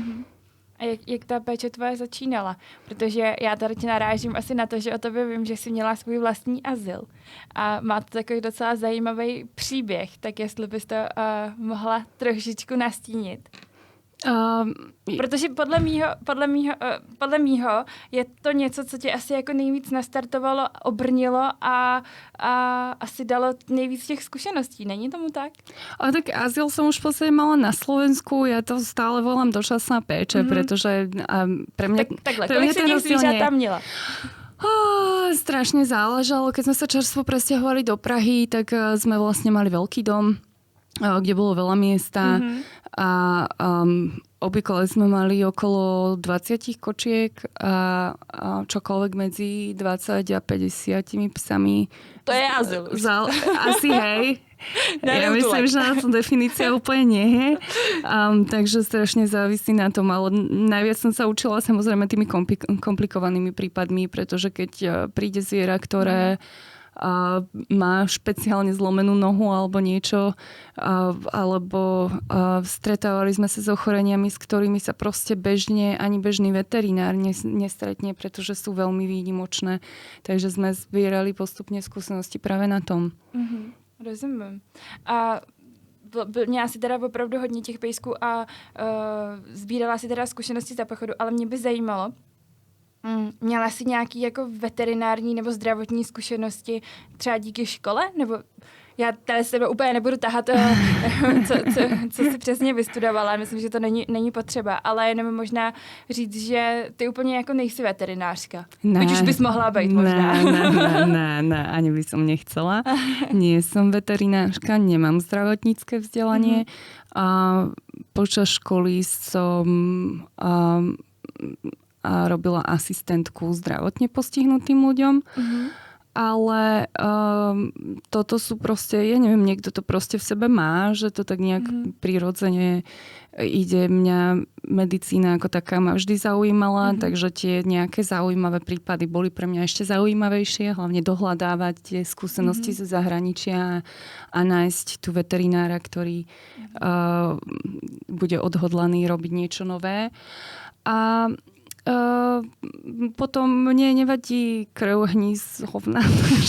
A jak ta péče tvoje začínala? Protože já tady tě narážím asi na to, že o tobě vím, že jsi měla svůj vlastní azyl. A má to takový docela zajímavý příběh, tak jestli bys to mohla trošičku nastínit. Protože podle mýho je to něco, co tě asi jako nejvíc nastartovalo, obrnilo a asi dalo nejvíc těch zkušeností. Není tomu tak? Ale tak azyl som už v podstate mala na Slovensku. Ja to stále volám dočasná péče, pretože pre mňa... Takhle, kolik si těch zvířat tam měla? Strašne záležalo. Keď sme sa čerstvo presťahovali do Prahy, tak sme vlastne mali veľký dom, kde bolo veľa miesta a obvykle sme mali okolo 20 kočiek a čokoľvek medzi 20 a 50 psami. To je azyl. Asi hej. Ja myslím, že na to definícia úplne nie je. Takže strašne závisí na tom. Ale najviac som sa učila samozrejme tými komplikovanými prípadmi, pretože keď príde zviera, ktoré má špeciálne zlomenú nohu alebo niečo, alebo stretávali sme sa s ochoreniami, s ktorými sa proste bežne ani bežný veterinár nestretne, pretože sú veľmi výnimočné. Takže sme zbierali postupne skúsenosti práve na tom. Rozumím. A měla si teda opravdu hodně těch pejsků a sbírala si teda zkušenosti za pochodu, ale mě by zajímalo, měla jsi nějaký jako veterinární nebo zdravotní zkušenosti třeba díky škole? Nebo já tady se úplně nebudu tahat, co jsi přesně vystudovala. Myslím, že to není potřeba, ale jenom možná říct, že ty úplně jako nejsi veterinářka. Byť už bys mohla být možná. Ne, ani by som nechcela. Nie som veterinářka, nemám zdravotnícke vzdelanie. Počas školy som robila asistentku zdravotne postihnutým ľuďom. Ale toto sú proste, ja neviem, niekto to proste v sebe má, že to tak nejak prirodzene ide. Mňa medicína ako taká ma vždy zaujímala, takže tie nejaké zaujímavé prípady boli pre mňa ešte zaujímavejšie, hlavne dohľadávať tie skúsenosti zo zahraničia a nájsť tu veterinára, ktorý bude odhodlaný robiť niečo nové. A potom mne nevadí krv, hníz, hovna.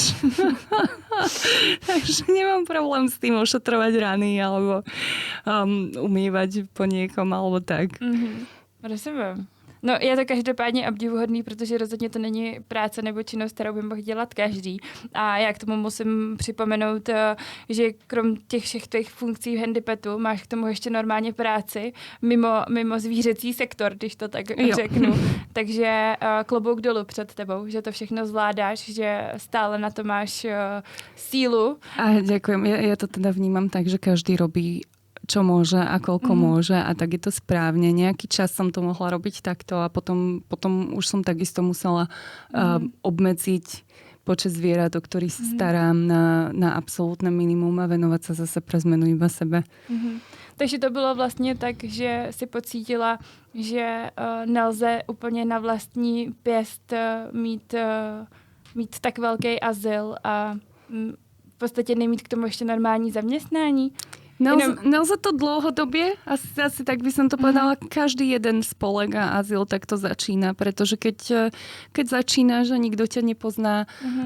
Takže nemám problém s tým ošetrovať rany alebo umývať po niekom alebo tak. Rozumím. No je to každopádně obdivuhodný, protože rozhodně to není práce nebo činnost, kterou by mohl dělat každý. A já k tomu musím připomenout, že krom těch všech těch funkcí v handipetu máš k tomu ještě normálně práci mimo zvířecí sektor, když to tak řeknu. Takže klobouk dolů před tebou, že to všechno zvládáš, že stále na to máš sílu. A ďakujem. Ja to teda vnímam tak, že každý robí čo môže a koľko môže a tak je to správne. Nejaký čas som to mohla robiť takto a potom už som takisto musela obmedziť počet zvierat, o ktorých sa starám na absolútne minimum a venovať sa zase pre zmenu iba sebe. Takže to bylo vlastně tak, že si pocítila, že nelze úplně na vlastní pěst mít tak velký azyl a v podstatě nemít k tomu ještě normální zaměstnání. Nelze to dlhodobie, asi tak by som to povedala, každý jeden spolek a azyl takto začína, pretože keď začínaš a nikto ťa nepozná,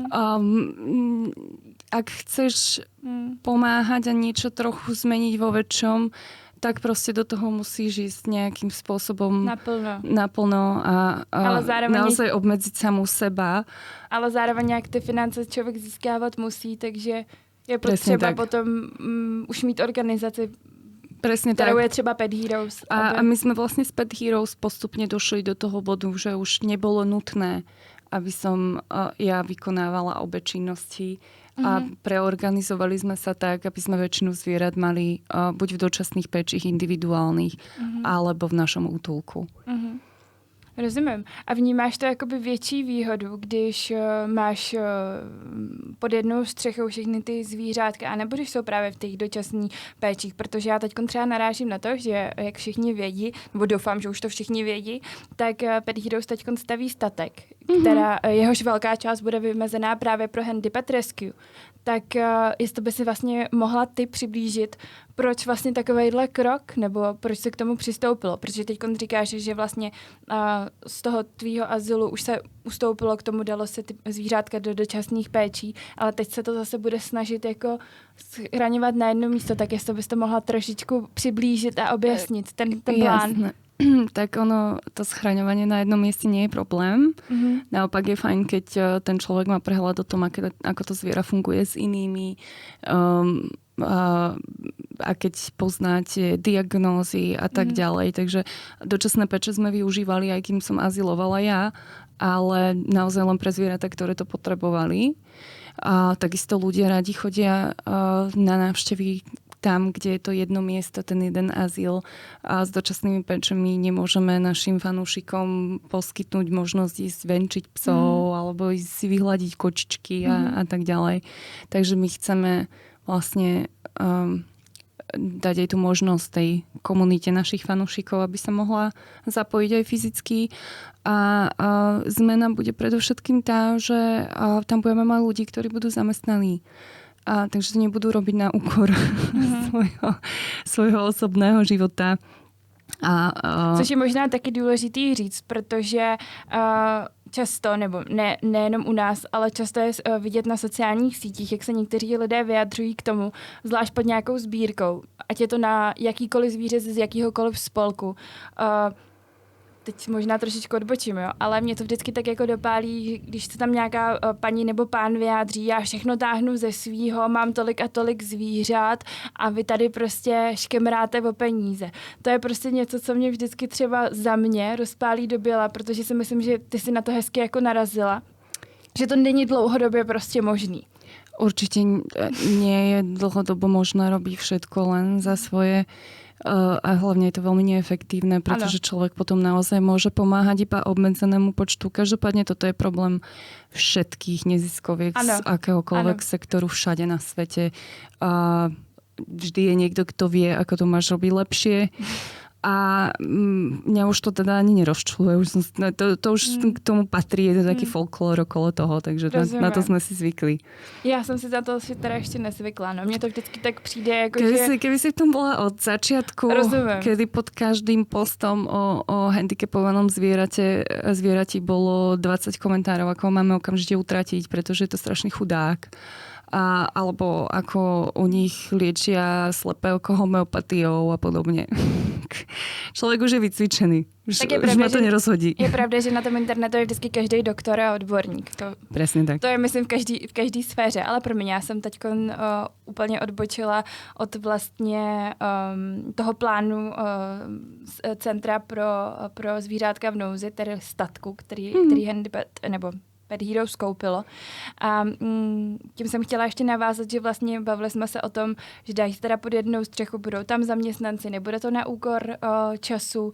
ak chceš pomáhať a niečo trochu zmeniť vo väčšom, tak proste do toho musíš ísť nejakým spôsobom naplno a naozaj obmedziť samú seba. Ale zároveň nějak ty finance člověk získávat musí, takže je potřeba potom už mít organizaci, kterou je třeba Pet Heroes. A my sme vlastne z Pet Heroes postupne došli do toho bodu, že už nebolo nutné aby som ja vykonávala obe činnosti a preorganizovali sme sa tak, aby sme väčšinu zvierat mali buď v dočasných péčích individuálnych, alebo v našom útulku. Rozumím. A vnímáš to jakoby větší výhodu, když máš pod jednou střechou všechny ty zvířátka, anebo když jsou právě v těch dočasných péčích, protože já teď třeba narážím na to, že jak všichni vědí, nebo doufám, že už to všichni vědí, tak Pet Heroes teď staví statek, která jehož velká část bude vymezená právě pro Handipet Rescue. Tak jestli by si vlastně mohla ty přiblížit, proč vlastně takovejhle krok, nebo proč se k tomu přistoupilo? Protože teď říkáš, že vlastně z toho tvýho azylu už se ustoupilo k tomu, dalo se ty zvířátka do dočasných péčí, ale teď se to zase bude snažit jako schraňovat na jedno místo, tak jestli bys to mohla trošičku přiblížit a objasnit ten plán. Jasne. Tak ono, to schraňovanie na jednom mieste nie je problém. Naopak je fajn, keď ten človek má prehľad o tom, ako to zviera funguje s inými a keď poznáte diagnózy a tak ďalej. Takže dočasné péče sme využívali, aj kým som azylovala ja, ale naozaj len pre zvieratá, ktoré to potrebovali. A takisto ľudia radi chodia na návštevy tam, kde je to jedno miesto, ten jeden azyl a s dočasnými péčami nemôžeme našim fanúšikom poskytnúť možnosť ísť venčiť psov alebo ísť si vyhľadiť kočičky a tak ďalej. Takže my chceme vlastne dať aj tú možnosť tej komunite našich fanúšikov, aby sa mohla zapojiť aj fyzicky. A zmena bude predovšetkým tá, že tam budeme mať ľudí, ktorí budú zamestnaní. Takže to nebudú robiť na úkor svojho osobného života. Což je možná taky důležitý říct, protože často, nebo nejenom u nás, ale často je vidět na sociálních sítích, jak se někteří lidé vyjadřují k tomu, zvlášť pod nějakou sbírkou, ať je to na jakýkoliv zvíře z jakýhokoliv spolku. Teď možná trošičku odbočím, jo, ale mě to vždycky tak jako dopálí, když se tam nějaká paní nebo pán vyjádří, já všechno táhnu ze svýho, mám tolik a tolik zvířat a vy tady prostě škemráte o peníze. To je prostě něco, co mě vždycky třeba za mě rozpálí do běla, protože si myslím, že ty si na to hezky jako narazila, že to není dlouhodobě prostě možný. Určite nie je dlhodobo možné robiť všetko len za svoje a hlavne je to veľmi neefektívne, pretože človek potom naozaj môže pomáhať iba obmedzenému počtu. Každopádne toto je problém všetkých neziskoviek z akéhokoľvek sektoru všade na svete. A vždy je niekto, kto vie, ako to máš robiť lepšie. A mňa už to teda ani nerozčuluje. To už k tomu patrí, je to taký folklór okolo toho, takže na to sme si zvykli. Já jsem si za to si teda ještě nezvykla. No, mně to vždycky tak přijde, jako keby si v tom bola od začiatku, kedy pod každým postom o handicapovanom zvierati bolo 20 komentárov, ako ho máme okamžite utratiť, pretože je to strašný chudák. Alebo ako u nich liečia slepého homeopatiou a podobne. Člověk už je vycvičený. Už ma to nerozhodí. Je pravda, že na tom internetu je vždycky každý doktor a odborník. Presne tak. To je, myslím, v každé sféře. Ale pro mě, já jsem teď úplně odbočila od vlastně toho plánu Centra pro zvířátka v nouzi, tedy statku, který Handipet, nebo Pet Heroes koupilo. A tím jsem chtěla ještě navázat, že vlastně bavili jsme se o tom, že dají se teda pod jednou střechu, budou tam zaměstnanci, nebude to na úkor času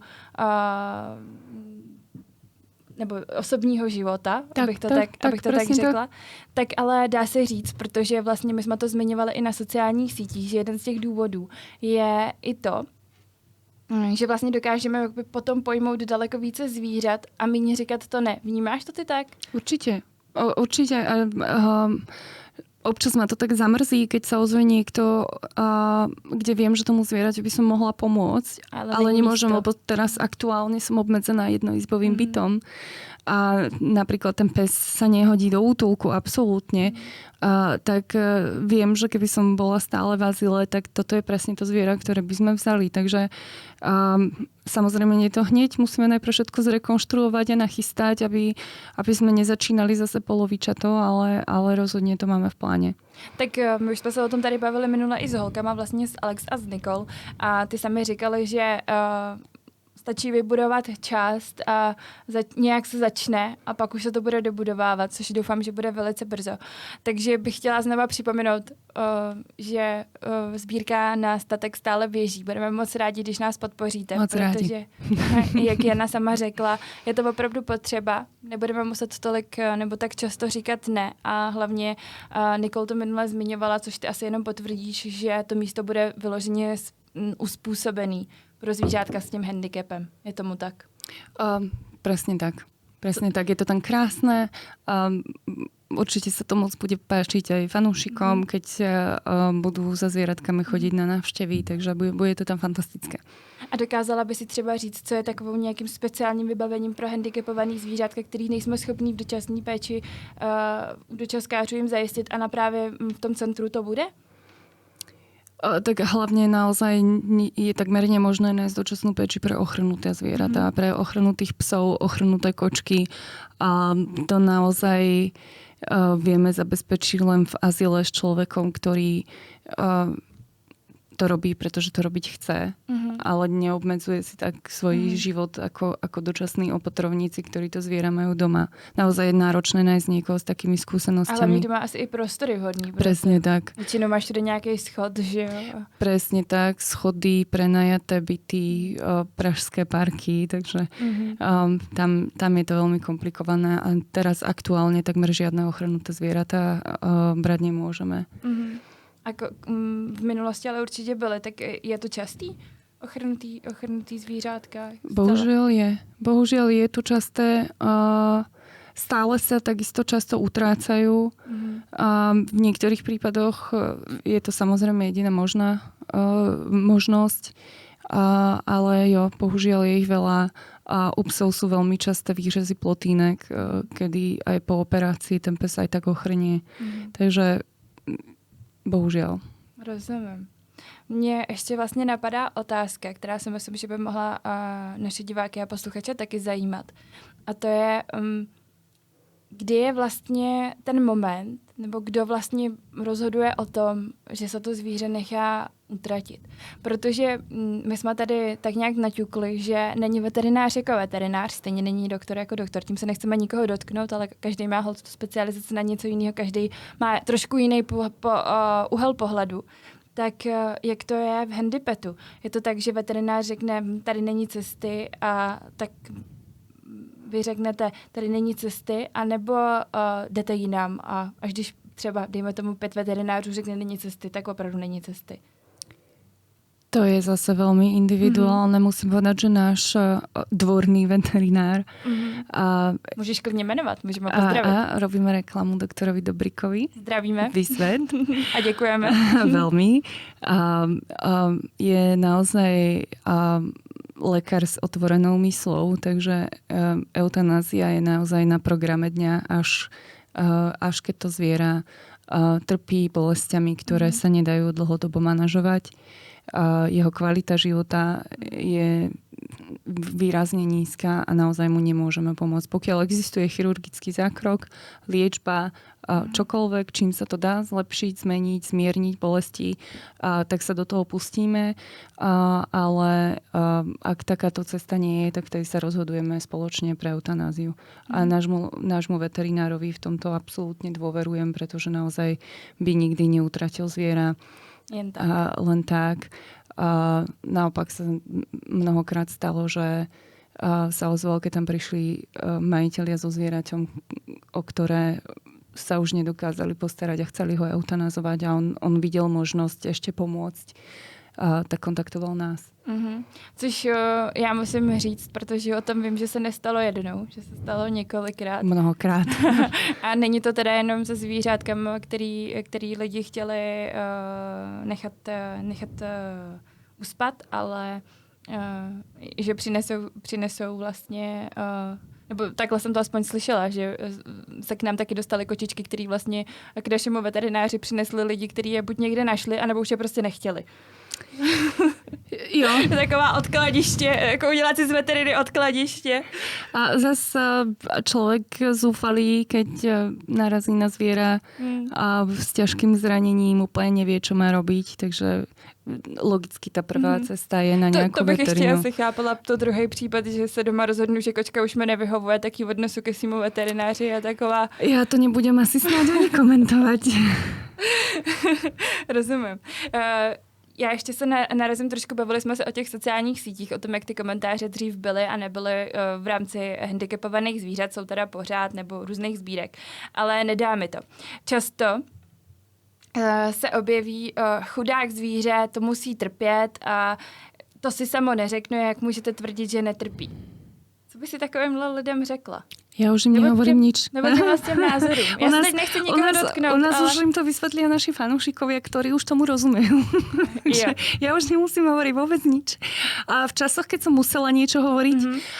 nebo osobního života, abych to tak řekla. Tak ale dá se říct, protože vlastně my jsme to zmiňovali i na sociálních sítích, že jeden z těch důvodů je i to, že vlastně dokážeme potom pojmout daleko více zvířat a méně říkat to ne. Vnímáš to ty tak? Určite. Občas ma to tak zamrzí, keď sa ozve niekto, kde viem, že tomu zvieraťu by som mohla pomôcť, ale nemôžem, lebo teraz aktuálne som obmedzená jednoizbovým bytom. A napríklad ten pes sa nehodí do útulku, absolútne, tak viem, že keby som bola stále v azyle, tak toto je presne to zviera, ktoré by sme vzali. Takže samozrejme nie to hneď, musíme najprv všetko zrekonštruovať a nachystať, aby sme nezačínali zase polovičato, ale rozhodne to máme v pláne. Tak my už jsme se o tom tady bavili minule i s holkama, vlastně s Alex a s Nicole, a ty sami říkali, že Stačí vybudovat část a nějak se začne a pak už se to bude dobudovávat, což doufám, že bude velice brzo. Takže bych chtěla znova připomenout, že sbírka na statek stále běží. Budeme moc rádi, když nás podpoříte, protože, jak Jana sama řekla, je to opravdu potřeba. Nebudeme muset tolik nebo tak často říkat ne a hlavně Nikol to minule zmiňovala, což ty asi jenom potvrdíš, že to místo bude vyloženě uspůsobený pro zvířátka s tím handicapem. Je tomu tak? Presne tak. Presne tak. Je to tam krásne. Určite sa to moc bude páčiť aj fanúšikom, keď budú za zvieratkami chodiť na návštevy, takže bude to tam fantastické. A dokázala by si třeba říct, co je takovou nějakým speciálním vybavením pro handicapovaný zvířátka, který nejsme schopní v dočasné péči dočaskářů jim zajistit a na právě v tom centru to bude? Tak hlavne naozaj je takmer nemožné nájsť dočasnú péči pre ochrnuté zvieratá, pre ochrnutých psov, ochrnuté kočky. A to naozaj vieme zabezpečiť len v azyle s človekom, ktorý to robí, pretože to robiť chce, ale neobmedzuje si tak svoj život ako dočasní opatrovníci, ktorí to zviera majú doma. Naozaj je náročné nájsť niekoho s takými skúsenosťami. Ale doma asi i prostory vhodný. Presne tak. Většinou máš tady nějaký schod, že jo? Presne tak. Schody, prenajaté byty, pražské parky, takže tam je to veľmi komplikované a teraz aktuálne takmer žiadne ochrnuté zvieratá brať nemôžeme. V minulosti ale určitě byly, tak je to častý ochrnutý zvířátka? Bohužiaľ je to časté. Stále sa takisto často utrácajú. V niektorých prípadoch je to samozrejme jediná možnosť, ale jo, bohužiaľ je ich veľa. A u psov sú veľmi časté výřezy plotínek, kedy aj po operácii ten pes aj tak ochrnie. Takže bohužel. Rozumím. Mně ještě vlastně napadá otázka, která si myslím, že by mohla naše diváky a posluchače taky zajímat. A to je, kdy je vlastně ten moment, nebo kdo vlastně rozhoduje o tom, že se to zvíře nechá utratit. Protože my jsme tady tak nějak naťukli, že není veterinář jako veterinář, stejně není doktor jako doktor, tím se nechceme nikoho dotknout, ale každý má holt specializaci na něco jiného, každý má trošku jiný úhel pohledu. Tak jak to je v handipetu? Je to tak, že veterinář řekne, tady není cesty a tak vy řeknete, tady není cesty, anebo jdete jinam a až když třeba, dejme tomu 5 veterinářů řekne, není cesty, tak opravdu není cesty. To je zase veľmi individuálne. Musím povedať, že náš dvorný veterinár... Můžeš klidně jmenovat, můžeme pozdravit. A robíme reklamu doktorovi Dobrikovi. Zdravíme. Vysvet. A děkujeme. Veľmi. Je naozaj lekár s otvorenou myslou, takže eutanázia je naozaj na programe dňa, až keď to zviera trpí bolestiami, ktoré sa nedajú dlhodobo manažovať. Jeho kvalita života je výrazne nízka a naozaj mu nemôžeme pomôcť. Pokiaľ existuje chirurgický zákrok, liečba, čokoľvek, čím sa to dá zlepšiť, zmeniť, zmierniť bolesti, tak sa do toho pustíme, ale ak takáto cesta nie je, tak vtedy sa rozhodujeme spoločne pre eutanáziu. A nášmu veterinárovi v tomto absolútne dôverujem, pretože naozaj by nikdy neutratil zviera len tak. Naopak sa mnohokrát stalo, že sa ozval, keď tam prišli majitelia so zvieraťom, o ktoré sa už nedokázali postarať a chceli ho eutanazovať a on videl možnosť ešte pomôcť, tak kontaktoval nás. Což já musím říct, protože o tom vím, že se nestalo jednou, že se stalo několikrát. Mnohokrát. A není to teda jenom se zvířátkami, který lidi chtěli nechat uspat, ale že přinesou vlastně, nebo takhle jsem to aspoň slyšela, že se k nám taky dostaly kočičky, který vlastně k našemu veterináři přinesli lidi, kteří je buď někde našli, anebo už je prostě nechtěli. Jo. Taková odkladiště, jako udělat si z veteriny odkladiště. A zase človek zúfalý, keď narazí na zviera a s ťažkým zranením úplně nevie, čo má robiť, takže logicky ta prvá cesta je na nějakou To bych veterinu. ještě asi chápala to druhý případ, že se doma rozhodnu, že kočka už mi nevyhovuje, tak ji odnesu ke svýmu veterináři a taková... Já to nebudem asi snad ani komentovat. Rozumím. Já ještě se narazím trošku, bavili jsme se o těch sociálních sítích, o tom, jak ty komentáře dřív byly a nebyly v rámci handicapovaných zvířat, jsou teda pořád, nebo různých sbírek, ale nedá mi to. Často se objeví chudák zvíře, to musí trpět a to si samo neřeknu, jak můžete tvrdit, že netrpí. Co by si takovým lidem řekla? Já už jim nehovorím nič. Nebo těm vlastním názorům. Já se teď nechci nikoho dotknout. U nás ale... už jim to vysvětlí naši fanúšikovia, ktorí už tomu rozumejú. Ja už nemusím hovoriť vôbec nič. A v časoch, keď som musela niečo hovoriť,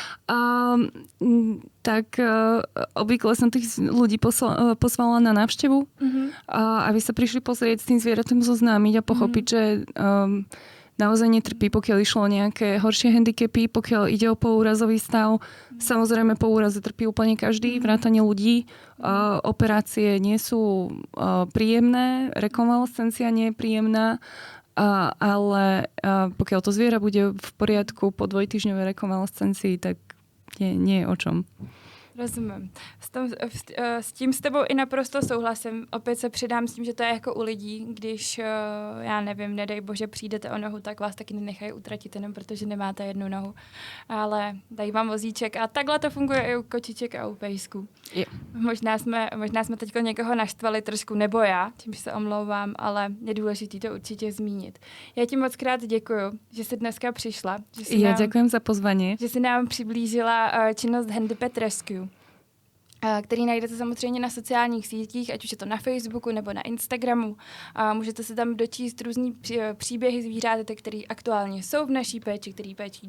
tak obvykle som tých ľudí pozvala na návštevu, aby sa prišli pozrieť s tým zvieratom zoznámiť a pochopiť, že naozaj netrpí, pokiaľ išlo o nejaké horšie handicapy, pokiaľ ide o poúrazový stav. Samozrejme, po úraze trpí úplne každý, vrátane ľudí. Operácie nie sú príjemné, rekonvalescencia nie je príjemná, ale pokiaľ to zviera bude v poriadku po 2-týždňovej rekonvalescencii, tak nie je o čom. Rozumím. S tím s tebou i naprosto souhlasím. Opět se přidám s tím, že to je jako u lidí, když, já nevím, nedej bože, přijdete o nohu, tak vás taky nenechají utratit jenom protože nemáte jednu nohu. Ale dají vám vozíček a takhle to funguje i u kočiček a u pejsků. Yeah. Možná jsme teď někoho naštvali trošku, nebo já, tím se omlouvám, ale je důležité to určitě zmínit. Já ti moc krát děkuju, že jsi dneska přišla. Já děkujem za pozvání. Že jsi nám přiblížila činnost Handipet Rescue, který najdete samozřejmě na sociálních sítích, ať už je to na Facebooku nebo na Instagramu. Můžete se tam dočíst různý příběhy zvířat, který aktuálně jsou v naší péči, který péčí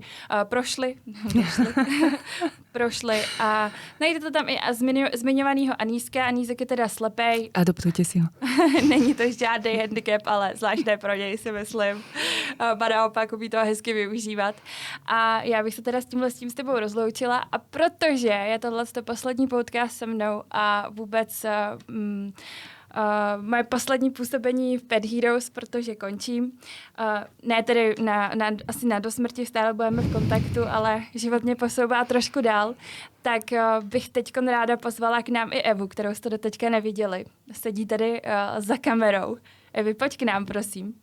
prošli a najdete tam i zmiňovanýho Aníska. Anízek je teda slepej. Adoptujte si ho. Není to žádný handicap, ale zvláštné pro něj, si myslím. Ba naopak umí to hezky využívat. A já bych se teda s tímhle s tebou rozloučila a protože je tohle poslední podcast se mnou a vůbec moje poslední působení v Pet Heroes, protože končím. Ne tedy asi na dosmrti, stále budeme v kontaktu, ale život mě posouvá trošku dál, tak bych teď ráda pozvala k nám i Evu, kterou jste do teďka neviděli. Sedí tady za kamerou. Evi, pojď k nám, prosím.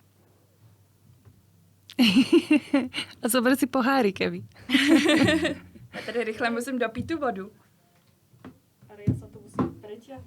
A zober si pohárik, Evi. Já tady rychle musím dopít tu vodu. Ale já se to musím prečat.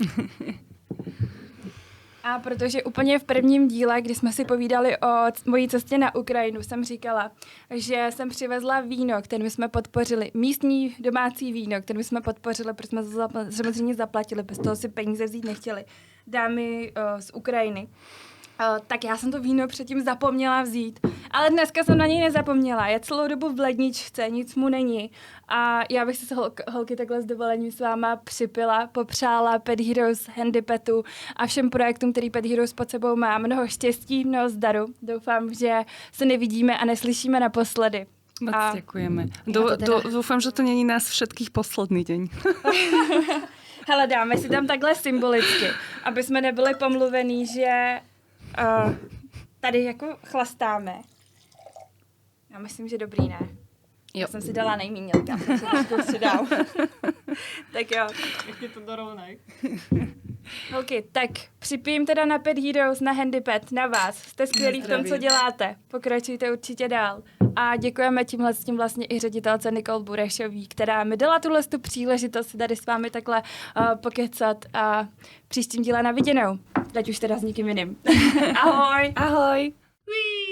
A protože úplně v prvním díle, kdy jsme si povídali o mojí cestě na Ukrajinu, jsem říkala, že jsem přivezla víno, kterým jsme podpořili, místní domácí víno, kterým jsme podpořili, protože jsme samozřejmě zaplatili, bez toho si peníze vzít nechtěli, dámy z Ukrajiny. Tak já jsem to víno předtím zapomněla vzít. Ale dneska jsem na něj nezapomněla. Je celou dobu v ledničce, nic mu není. A já bych se holky takhle s dovolením s váma připila, popřála Pet Heroes, Handipetu a všem projektům, který Pet Heroes pod sebou má. Mnoho štěstí, mnoho zdaru. Doufám, že se nevidíme a neslyšíme naposledy. Moc děkujeme. Doufám, že to není nás všetkých posledný deň. Hele, dáme si tam takhle symbolicky, aby jsme nebyli pomluvený, že tady jako chlastáme. Já myslím, že dobrý, ne? Jo. Já jsem si dala nejmínělka, jsem si trošku přidal. Tak jo. Jak je to dorovnej. Holky, tak připijím teda na Pet Heroes, na Handipet, na vás. Jste skvělí v tom, co děláte. Pokračujte určitě dál. A děkujeme tímhle s tím vlastně i ředitelce Nicole Burešový, která mi dala tuhle příležitost tady s vámi takhle pokecat a příštím díle na viděnou. Teď už teda s nikým jiným. Ahoj. Ahoj. Whee!